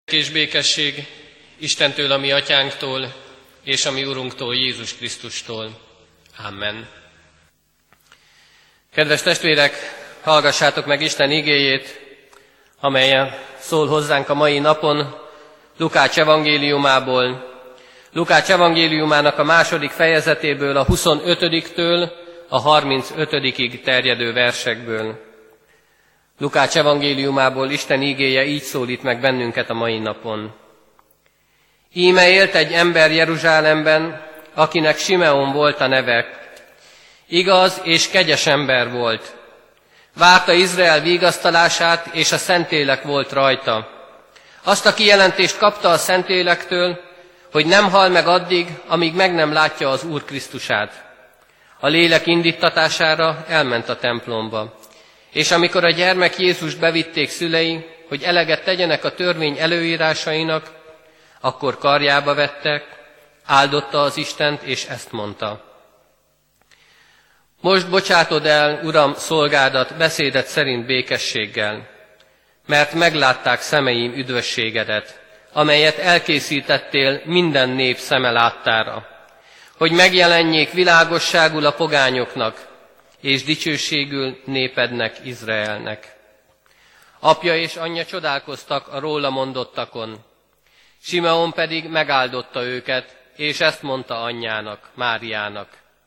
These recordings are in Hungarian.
És békesség Istentől, a mi atyánktól, és a mi Urunktól, Jézus Krisztustól. Amen. Kedves testvérek, hallgassátok meg Isten igéjét, amelyen szól hozzánk a mai napon Lukács evangéliumából. Lukács evangéliumának a 2. fejezetéből, a 25-től a 35-ig terjedő versekből. Lukács evangéliumából Isten igéje így szólít meg bennünket a mai napon. Íme élt egy ember Jeruzsálemben, akinek Simeon volt a neve. Igaz és kegyes ember volt. Várta Izrael vigasztalását, és a Szentlélek volt rajta. Azt a kijelentést kapta a Szentlélektől, hogy nem hal meg addig, amíg meg nem látja az Úr Krisztusát. A lélek indíttatására elment a templomba. És amikor a gyermek Jézust bevitték szülei, hogy eleget tegyenek a törvény előírásainak, akkor karjába vettek, áldotta az Istent, és ezt mondta. Most bocsátod el, Uram, szolgádat beszédet szerint békességgel, mert meglátták szemeim üdvösségedet, amelyet elkészítettél minden nép szeme láttára, hogy megjelenjék világosságul a pogányoknak, és dicsőségül népednek, Izraelnek. Apja és anyja csodálkoztak a róla mondottakon. Simeon pedig megáldotta őket, és ezt mondta anyjának, Máriának.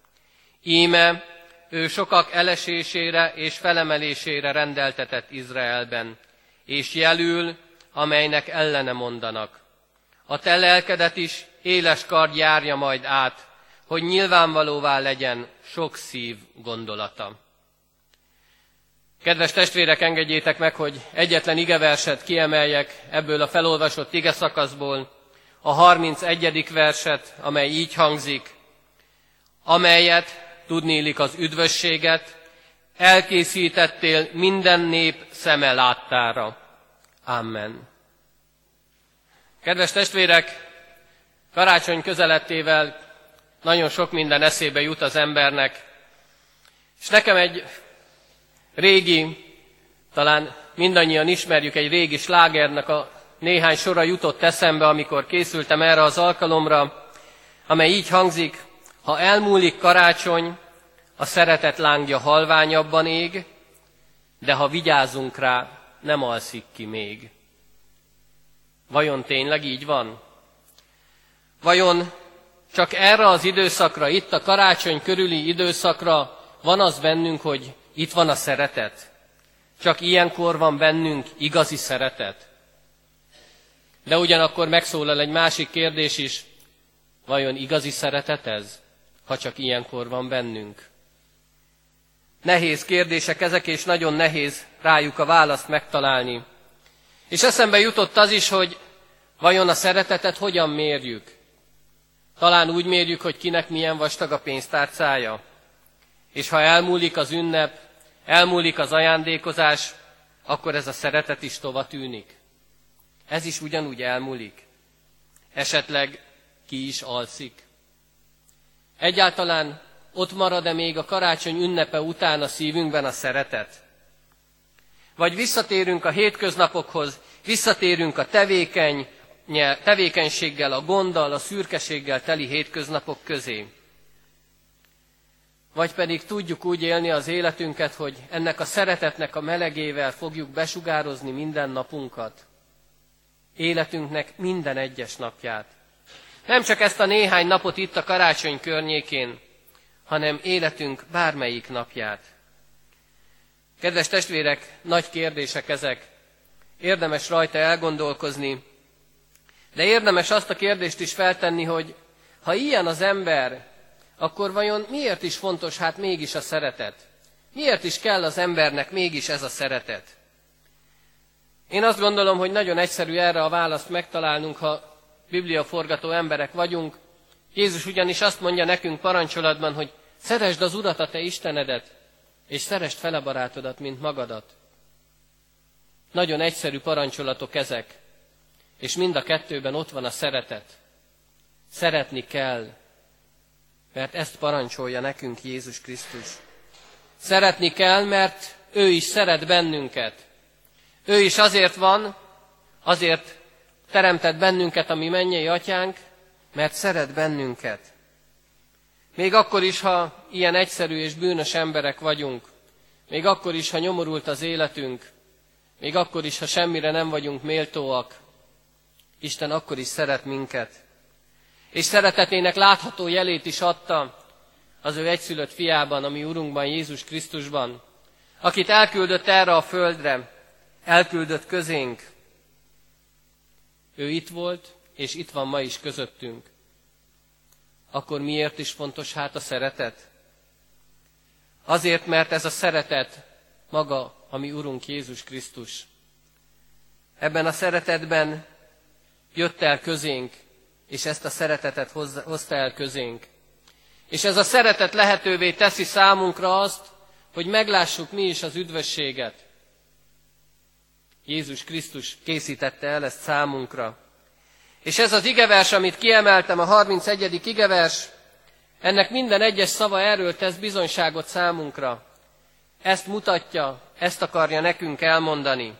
Íme, ő sokak elesésére és felemelésére rendeltetett Izraelben, és jelül, amelynek ellene mondanak. A te lelkedet is éles kard járja majd át, hogy nyilvánvalóvá legyen sok szív gondolata. Kedves testvérek, engedjétek meg, hogy egyetlen igeverset kiemeljek ebből a felolvasott igeszakaszból, a 31. verset, amely így hangzik, amelyet, tudniillik az üdvösséget, elkészítettél minden nép szeme láttára. Amen. Kedves testvérek, karácsony közelettével nagyon sok minden eszébe jut az embernek, és nekem egy régi, talán mindannyian ismerjük, egy régi slágernek a néhány sora jutott eszembe, amikor készültem erre az alkalomra, amely így hangzik: ha elmúlik karácsony, a szeretet lángja halványabban ég, de ha vigyázunk rá, nem alszik ki még. Vajon tényleg így van? Vajon csak erre az időszakra, itt a karácsony körüli időszakra van az bennünk, hogy itt van a szeretet? Csak ilyenkor van bennünk igazi szeretet? De ugyanakkor megszólal egy másik kérdés is, vajon igazi szeretet ez, ha csak ilyenkor van bennünk? Nehéz kérdések ezek, és nagyon nehéz rájuk a választ megtalálni. És eszembe jutott az is, hogy vajon a szeretetet hogyan mérjük? Talán úgy mérjük, hogy kinek milyen vastag a pénztárcája. És ha elmúlik az ünnep, elmúlik az ajándékozás, akkor ez a szeretet is tova tűnik. Ez is ugyanúgy elmúlik. Esetleg ki is alszik. Egyáltalán ott marad-e még a karácsony ünnepe után a szívünkben a szeretet? Vagy visszatérünk a hétköznapokhoz, visszatérünk a tevékenységgel, a gonddal, a szürkeséggel teli hétköznapok közé? Vagy pedig tudjuk úgy élni az életünket, hogy ennek a szeretetnek a melegével fogjuk besugározni minden napunkat, életünknek minden egyes napját. Nem csak ezt a néhány napot itt a karácsony környékén, hanem életünk bármelyik napját. Kedves testvérek, nagy kérdések ezek. Érdemes rajta elgondolkozni, de érdemes azt a kérdést is feltenni, hogy ha ilyen az ember, akkor vajon miért is fontos mégis a szeretet? Miért is kell az embernek mégis ez a szeretet? Én azt gondolom, hogy nagyon egyszerű erre a választ megtalálnunk, ha bibliaforgató emberek vagyunk. Jézus ugyanis azt mondja nekünk parancsolatban, hogy szeresd az Urat, a te Istenedet, és szeresd fele barátodat, mint magadat. Nagyon egyszerű parancsolatok ezek, és mind a kettőben ott van a szeretet. Szeretni kell, mert ezt parancsolja nekünk Jézus Krisztus. Szeretni kell, mert ő is szeret bennünket. Ő is azért van, azért teremtett bennünket a mi mennyei atyánk, mert szeret bennünket. Még akkor is, ha ilyen egyszerű és bűnös emberek vagyunk, még akkor is, ha nyomorult az életünk, még akkor is, ha semmire nem vagyunk méltóak, Isten akkor is szeret minket. És szeretetének látható jelét is adta az ő egyszülött fiában, a mi Urunkban, Jézus Krisztusban, akit elküldött erre a földre, elküldött közénk. Ő itt volt, és itt van ma is közöttünk. Akkor miért is fontos hát a szeretet? Azért, mert ez a szeretet maga a mi Urunk Jézus Krisztus. Ebben a szeretetben jött el közénk, és ezt a szeretetet hozta el közénk. És ez a szeretet lehetővé teszi számunkra azt, hogy meglássuk mi is az üdvösséget. Jézus Krisztus készítette el ezt számunkra. És ez az igevers, amit kiemeltem, a 31. igevers, ennek minden egyes szava erről tesz bizonyságot számunkra. Ezt mutatja, ezt akarja nekünk elmondani.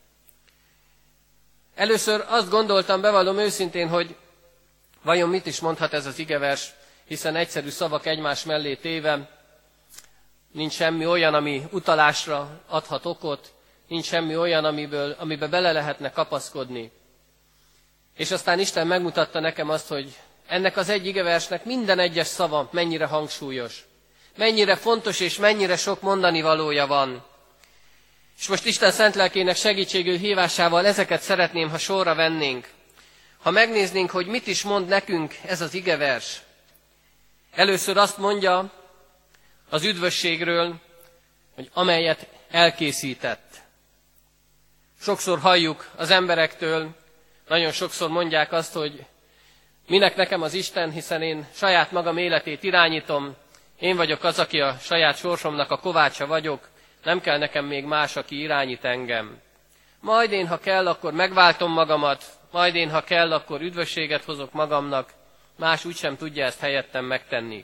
Először azt gondoltam, bevallom őszintén, hogy vajon mit is mondhat ez az igevers, hiszen egyszerű szavak egymás mellé téve, nincs semmi olyan, ami utalásra adhat okot, nincs semmi olyan, amibe bele lehetne kapaszkodni. És aztán Isten megmutatta nekem azt, hogy ennek az egy igeversnek minden egyes szava mennyire hangsúlyos, mennyire fontos és mennyire sok mondani valója van. És most Isten szent lelkének segítségül hívásával ezeket szeretném, ha sorra vennénk. Ha megnéznénk, hogy mit is mond nekünk ez az igevers. Először azt mondja az üdvösségről, hogy amelyet elkészített. Sokszor halljuk az emberektől, nagyon sokszor mondják azt, hogy minek nekem az Isten, hiszen én saját magam életét irányítom, én vagyok az, aki a saját sorsomnak a kovácsa vagyok, nem kell nekem még más, aki irányít engem. Majd én, ha kell, akkor megváltom magamat, majd én, ha kell, akkor üdvösséget hozok magamnak, más úgysem tudja ezt helyettem megtenni.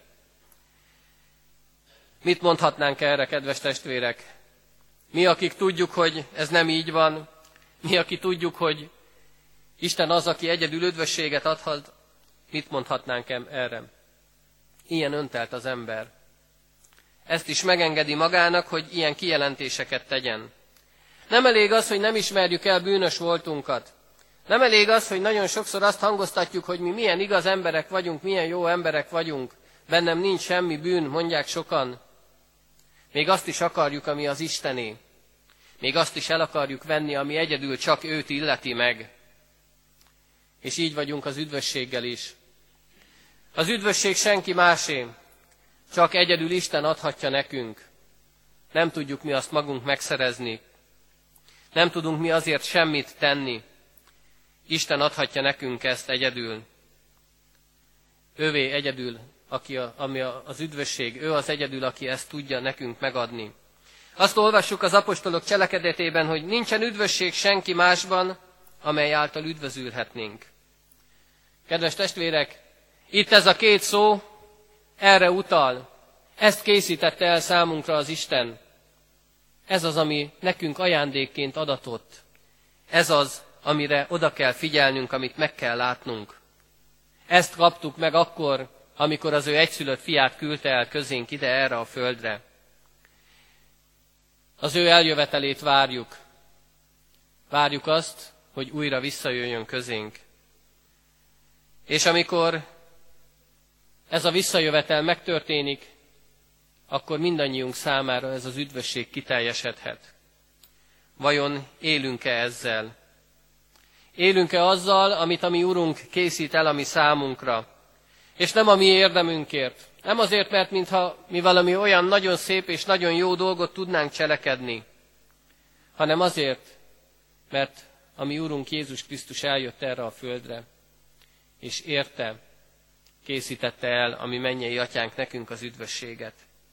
Mit mondhatnánk erre, kedves testvérek? Mi, akik tudjuk, hogy ez nem így van, mi, akik tudjuk, hogy Isten az, aki egyedül üdvösséget adhat, mit mondhatnánk erre? Ilyen öntelt az ember. Ezt is megengedi magának, hogy ilyen kijelentéseket tegyen. Nem elég az, hogy nem ismerjük el bűnös voltunkat. Nem elég az, hogy nagyon sokszor azt hangoztatjuk, hogy mi milyen igaz emberek vagyunk, milyen jó emberek vagyunk, bennem nincs semmi bűn, mondják sokan. Még azt is akarjuk, ami az Istené. Még azt is el akarjuk venni, ami egyedül csak őt illeti meg. És így vagyunk az üdvösséggel is. Az üdvösség senki másé, csak egyedül Isten adhatja nekünk. Nem tudjuk mi azt magunk megszerezni. Nem tudunk mi azért semmit tenni. Isten adhatja nekünk ezt egyedül. Ővé egyedül, ami az üdvösség, ő az egyedül, aki ezt tudja nekünk megadni. Azt olvassuk az apostolok cselekedetében, hogy nincsen üdvösség senki másban, amely által üdvözülhetnénk. Kedves testvérek, itt ez a két szó erre utal. Ezt készítette el számunkra az Isten. Ez az, ami nekünk ajándékként adatott. Ez az, amire oda kell figyelnünk, amit meg kell látnunk. Ezt kaptuk meg akkor, amikor az ő egyszülött fiát küldte el közénk ide erre a földre. Az ő eljövetelét várjuk. Várjuk azt, hogy újra visszajöjjön közénk. És amikor ez a visszajövetel megtörténik, akkor mindannyiunk számára ez az üdvösség kiteljesedhet. Vajon élünk-e ezzel? Élünk-e azzal, amit a mi Urunk készít el a mi számunkra? És nem a mi érdemünkért. Nem azért, mert mintha mi valami olyan nagyon szép és nagyon jó dolgot tudnánk cselekedni, hanem azért, mert a mi Urunk Jézus Krisztus eljött erre a földre, és érte, készítette el a mi mennyei atyánk nekünk az üdvösséget.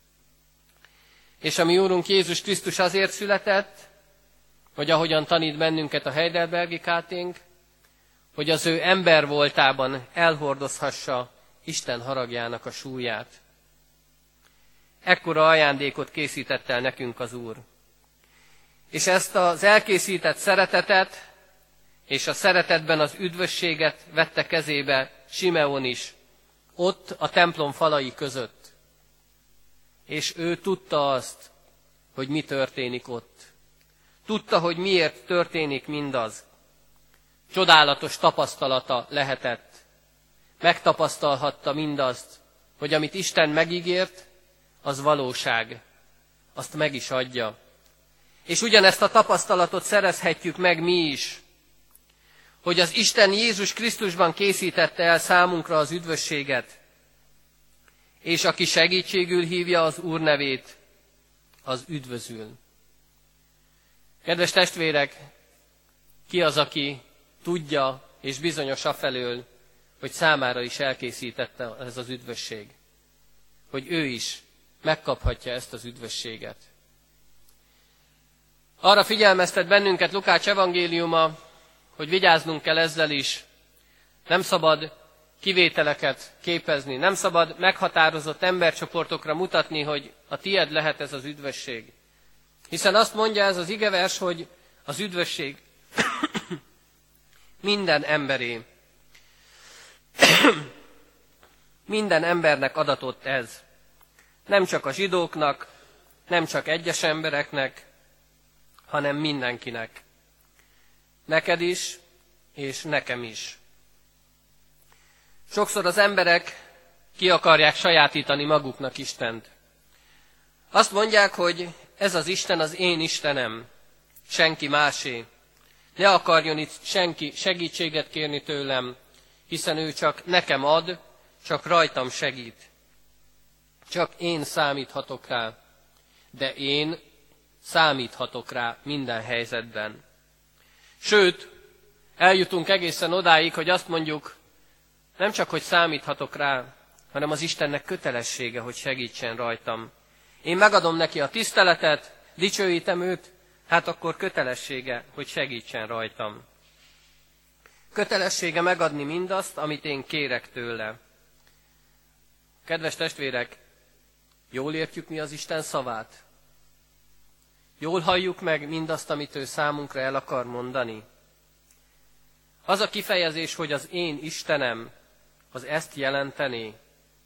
És a mi Úrunk Jézus Krisztus azért született, hogy ahogyan tanít bennünket a Heidelbergi Káténk, hogy az ő ember voltában elhordozhassa Isten haragjának a súlyát. Ekkora ajándékot készített el nekünk az Úr. És ezt az elkészített szeretetet és a szeretetben az üdvösséget vette kezébe Simeon is, ott a templom falai között. És ő tudta azt, hogy mi történik ott. Tudta, hogy miért történik mindaz. Csodálatos tapasztalata lehetett. Megtapasztalhatta mindazt, hogy amit Isten megígért, az valóság. Azt meg is adja. És ugyanezt a tapasztalatot szerezhetjük meg mi is, hogy az Isten Jézus Krisztusban készítette el számunkra az üdvösséget, és aki segítségül hívja az Úr nevét, az üdvözül. Kedves testvérek, ki az, aki tudja és bizonyos afelől, hogy számára is elkészítette ez az üdvösség? Hogy ő is megkaphatja ezt az üdvösséget. Arra figyelmeztet bennünket Lukács evangéliuma, hogy vigyáznunk kell ezzel is. Nem szabad kivételeket képezni, nem szabad meghatározott embercsoportokra mutatni, hogy a tied lehet ez az üdvösség. Hiszen azt mondja ez az igevers, hogy az üdvösség minden emberé. Minden embernek adatott ez. Nem csak a zsidóknak, nem csak egyes embereknek, hanem mindenkinek. Neked is, és nekem is. Sokszor az emberek ki akarják sajátítani maguknak Istent. Azt mondják, hogy ez az Isten az én Istenem, senki másé. Ne akarjon itt senki segítséget kérni tőlem, hiszen ő csak nekem ad, csak rajtam segít. Csak én számíthatok rá, de én számíthatok rá minden helyzetben. Sőt, eljutunk egészen odáig, hogy azt mondjuk, nem csak, hogy számíthatok rá, hanem az Istennek kötelessége, hogy segítsen rajtam. Én megadom neki a tiszteletet, dicsőítem őt, hát akkor kötelessége, hogy segítsen rajtam. Kötelessége megadni mindazt, amit én kérek tőle. Kedves testvérek, jól értjük mi az Isten szavát? Jól halljuk meg mindazt, amit ő számunkra el akar mondani? Az a kifejezés, hogy az én Istenem, az ezt jelenteni.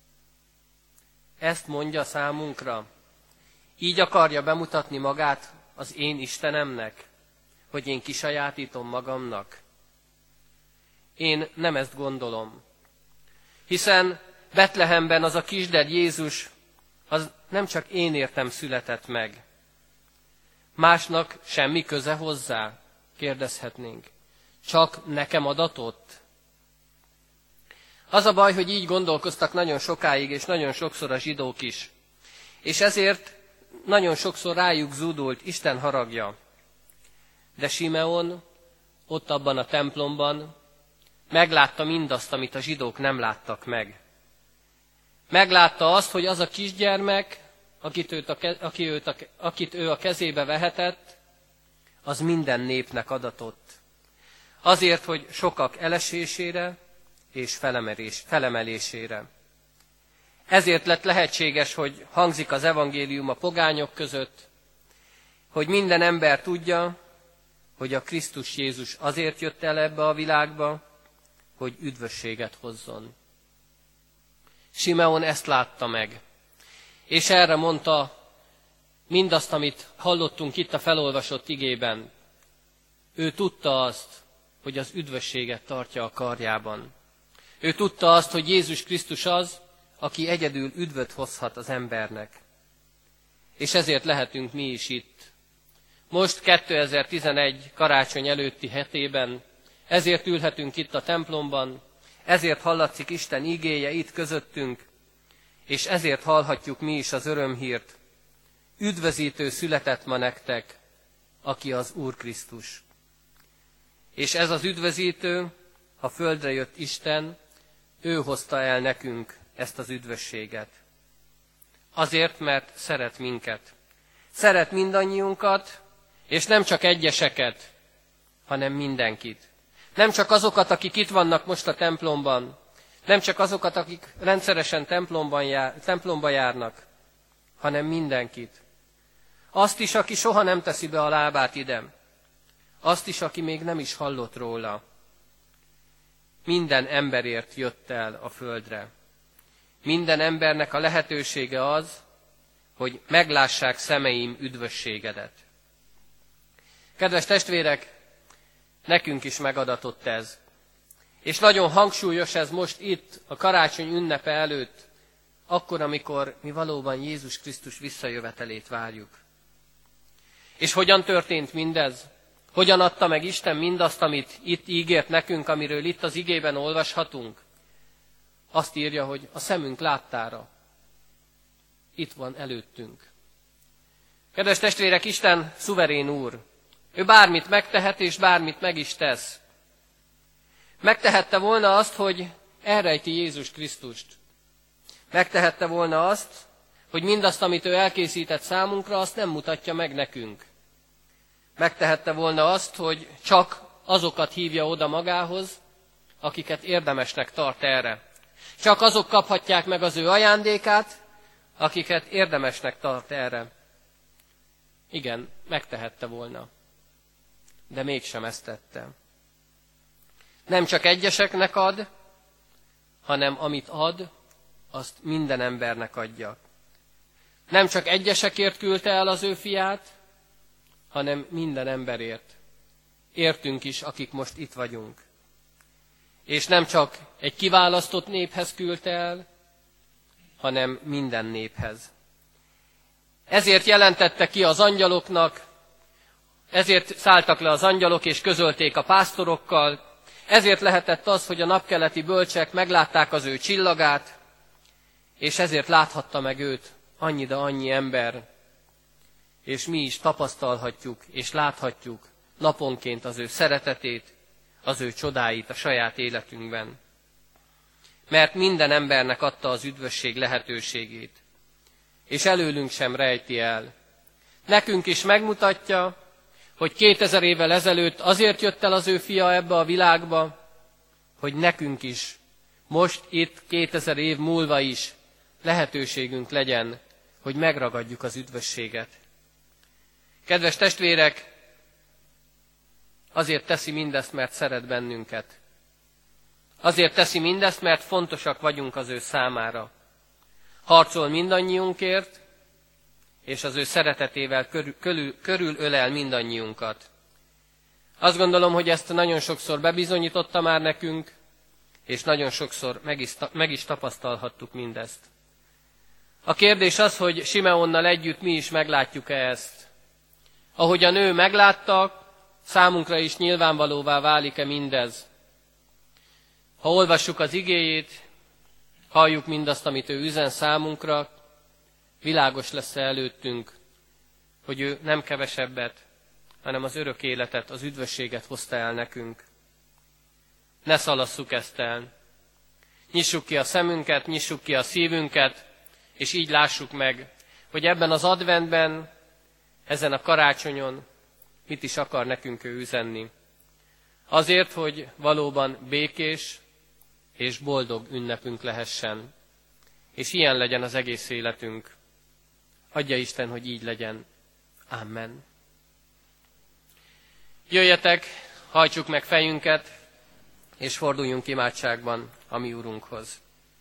Ezt mondja számunkra. Így akarja bemutatni magát az én Istenemnek, hogy én kisajátítom magamnak. Én nem ezt gondolom. Hiszen Betlehemben az a kisded Jézus, az nem csak én értem született meg. Másnak semmi köze hozzá, kérdezhetnénk. Csak nekem adatott? Az a baj, hogy így gondolkoztak nagyon sokáig, és nagyon sokszor a zsidók is. És ezért nagyon sokszor rájuk zúdult Isten haragja. De Simeon ott abban a templomban meglátta mindazt, amit a zsidók nem láttak meg. Meglátta azt, hogy az a kisgyermek, akit ő a kezébe vehetett, az minden népnek adatott. Azért, hogy sokak elesésére és felemelésére. Ezért lett lehetséges, hogy hangzik az evangélium a pogányok között, hogy minden ember tudja, hogy a Krisztus Jézus azért jött el ebbe a világba, hogy üdvösséget hozzon. Simeon ezt látta meg, és erre mondta mindazt, amit hallottunk itt a felolvasott igében. Ő tudta azt, hogy az üdvösséget tartja a karjában. Ő tudta azt, hogy Jézus Krisztus az, aki egyedül üdvöt hozhat az embernek. És ezért lehetünk mi is itt. Most 2011 karácsony előtti hetében, ezért ülhetünk itt a templomban, ezért hallatszik Isten igéje itt közöttünk, és ezért hallhatjuk mi is az örömhírt. Üdvözítő született ma nektek, aki az Úr Krisztus. És ez az üdvözítő, a földre jött Isten, ő hozta el nekünk ezt az üdvösséget. Azért, mert szeret minket. Szeret mindannyiunkat, és nem csak egyeseket, hanem mindenkit. Nem csak azokat, akik itt vannak most a templomban, nem csak azokat, akik rendszeresen templomba járnak, hanem mindenkit. Azt is, aki soha nem teszi be a lábát ide. azt is, aki még nem is hallott róla. Minden emberért jött el a földre. Minden embernek a lehetősége az, hogy meglássák szemeim üdvösségedet. Kedves testvérek, nekünk is megadatott ez. És nagyon hangsúlyos ez most itt, a karácsony ünnepe előtt, akkor, amikor mi valóban Jézus Krisztus visszajövetelét várjuk. És hogyan történt mindez? Hogyan adta meg Isten mindazt, amit itt ígért nekünk, amiről itt az igében olvashatunk? Azt írja, hogy a szemünk láttára. Itt van előttünk. Kedves testvérek, Isten szuverén Úr. Ő bármit megtehet, és bármit meg is tesz. Megtehette volna azt, hogy elrejti Jézus Krisztust. Megtehette volna azt, hogy mindazt, amit ő elkészített számunkra, azt nem mutatja meg nekünk. Megtehette volna azt, hogy csak azokat hívja oda magához, akiket érdemesnek tart erre. Csak azok kaphatják meg az ő ajándékát, akiket érdemesnek tart erre. Igen, megtehette volna, de mégsem ezt tette. Nem csak egyeseknek ad, hanem amit ad, azt minden embernek adja. Nem csak egyesekért küldte el az ő fiát, hanem minden emberért. Értünk is, akik most itt vagyunk. És nem csak egy kiválasztott néphez küldte el, hanem minden néphez. Ezért jelentette ki az angyaloknak, ezért szálltak le az angyalok és közölték a pásztorokkal, ezért lehetett az, hogy a napkeleti bölcsek meglátták az ő csillagát, és ezért láthatta meg őt annyi, de annyi ember, és mi is tapasztalhatjuk és láthatjuk naponként az ő szeretetét, az ő csodáit a saját életünkben. Mert minden embernek adta az üdvösség lehetőségét, és előlünk sem rejti el. Nekünk is megmutatja, hogy 2000 évvel ezelőtt azért jött el az ő fia ebbe a világba, hogy nekünk is, most itt 2000 év múlva is lehetőségünk legyen, hogy megragadjuk az üdvösséget. Kedves testvérek, azért teszi mindezt, mert szeret bennünket. Azért teszi mindezt, mert fontosak vagyunk az ő számára. Harcol mindannyiunkért, és az ő szeretetével körülölel mindannyiunkat. Azt gondolom, hogy ezt nagyon sokszor bebizonyította már nekünk, és nagyon sokszor meg is tapasztalhattuk mindezt. A kérdés az, hogy Simeonnal együtt mi is meglátjuk-e ezt. Ahogy a nő meglátta, számunkra is nyilvánvalóvá válik-e mindez. Ha olvassuk az igéjét, halljuk mindazt, amit ő üzen számunkra, világos lesz előttünk, hogy ő nem kevesebbet, hanem az örök életet, az üdvösséget hozta el nekünk. Ne szalasszuk ezt el. Nyissuk ki a szemünket, nyissuk ki a szívünket, és így lássuk meg, hogy ebben az adventben, ezen a karácsonyon mit is akar nekünk ő üzenni. Azért, hogy valóban békés és boldog ünnepünk lehessen. És ilyen legyen az egész életünk. Adja Isten, hogy így legyen. Amen. Jöjjetek, hajtsuk meg fejünket, és forduljunk imádságban a mi Urunkhoz.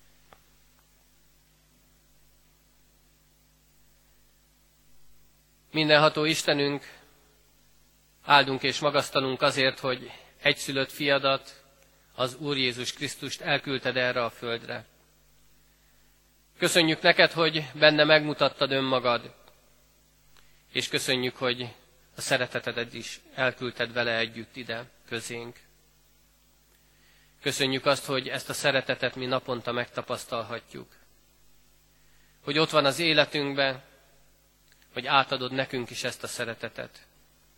Mindenható Istenünk, áldunk és magasztalunk azért, hogy egyszülött fiadat, az Úr Jézus Krisztust elküldted erre a földre. Köszönjük neked, hogy benne megmutattad önmagad, és köszönjük, hogy a szeretetedet is elküldted vele együtt ide közénk. Köszönjük azt, hogy ezt a szeretetet mi naponta megtapasztalhatjuk. Hogy ott van az életünkben, hogy átadod nekünk is ezt a szeretetet.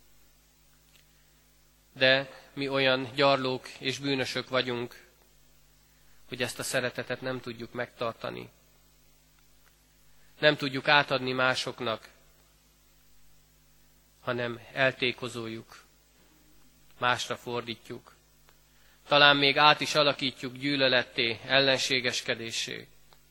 De mi olyan gyarlók és bűnösök vagyunk, hogy ezt a szeretetet nem tudjuk megtartani. Nem tudjuk átadni másoknak, hanem eltékozoljuk, másra fordítjuk. Talán még át is alakítjuk gyűlöletté, ellenségeskedéssé.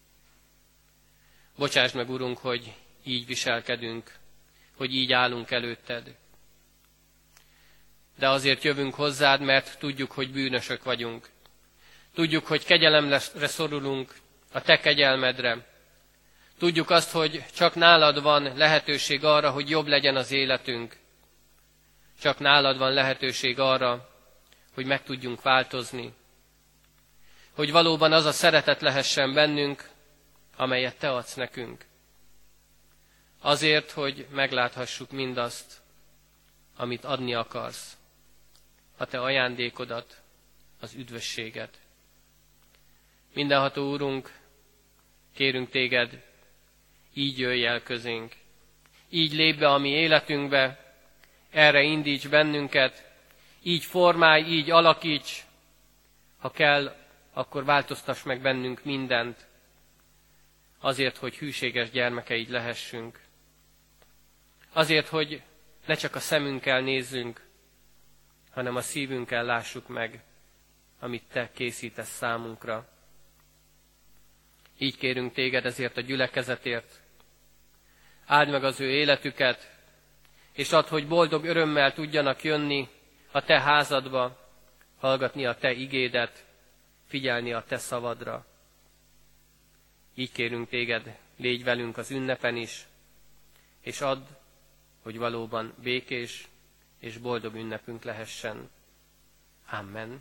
Bocsásd meg, Urunk, hogy így viselkedünk, hogy így állunk előtted. de azért jövünk hozzád, mert tudjuk, hogy bűnösök vagyunk. Tudjuk, hogy kegyelemre szorulunk, a te kegyelmedre. Tudjuk azt, hogy csak nálad van lehetőség arra, hogy jobb legyen az életünk. Csak nálad van lehetőség arra, hogy meg tudjunk változni. Hogy valóban az a szeretet lehessen bennünk, amelyet te adsz nekünk. Azért, hogy megláthassuk mindazt, amit adni akarsz. A te ajándékodat, az üdvösséget. Mindenható Úrunk, kérünk téged, így jöjj el közénk. Így lépj be a mi életünkbe, erre indíts bennünket, így formálj, így alakíts. Ha kell, akkor változtass meg bennünk mindent, azért, hogy hűséges gyermekeid lehessünk. Azért, hogy ne csak a szemünkkel nézzünk, hanem a szívünkkel lássuk meg, amit te készítesz számunkra. Így kérünk téged ezért a gyülekezetért. Áld meg az ő életüket, és add, hogy boldog örömmel tudjanak jönni a te házadba, hallgatni a te igédet, figyelni a te szavadra. Így kérünk téged, légy velünk az ünnepen is, és add, hogy valóban békés és boldog ünnepünk lehessen. Amen.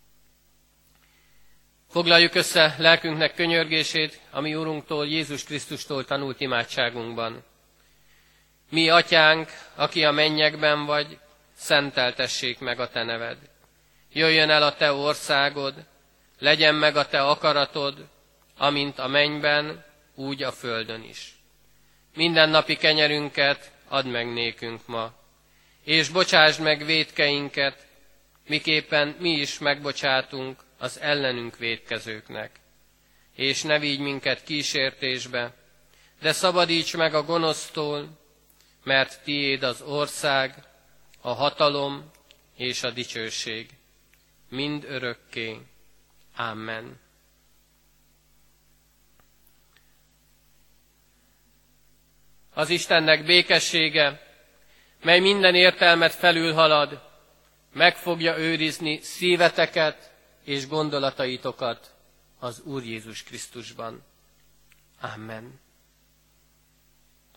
Foglaljuk össze lelkünknek könyörgését, ami Úrunktól, Jézus Krisztustól tanult imádságunkban. Mi, Atyánk, aki a mennyekben vagy, szenteltessék meg a te neved. Jöjjön el a te országod, legyen meg a te akaratod, amint a mennyben, úgy a földön is. Mindennapi kenyerünket add meg nékünk ma, és bocsásd meg vétkeinket, miképpen mi is megbocsátunk az ellenünk vétkezőknek. És ne vigy minket kísértésbe, de szabadíts meg a gonosztól, mert tiéd az ország, a hatalom és a dicsőség, mind örökké. Amen. Az Istennek békessége, mely minden értelmet felülhalad, meg fogja őrizni szíveteket és gondolataitokat az Úr Jézus Krisztusban. Amen.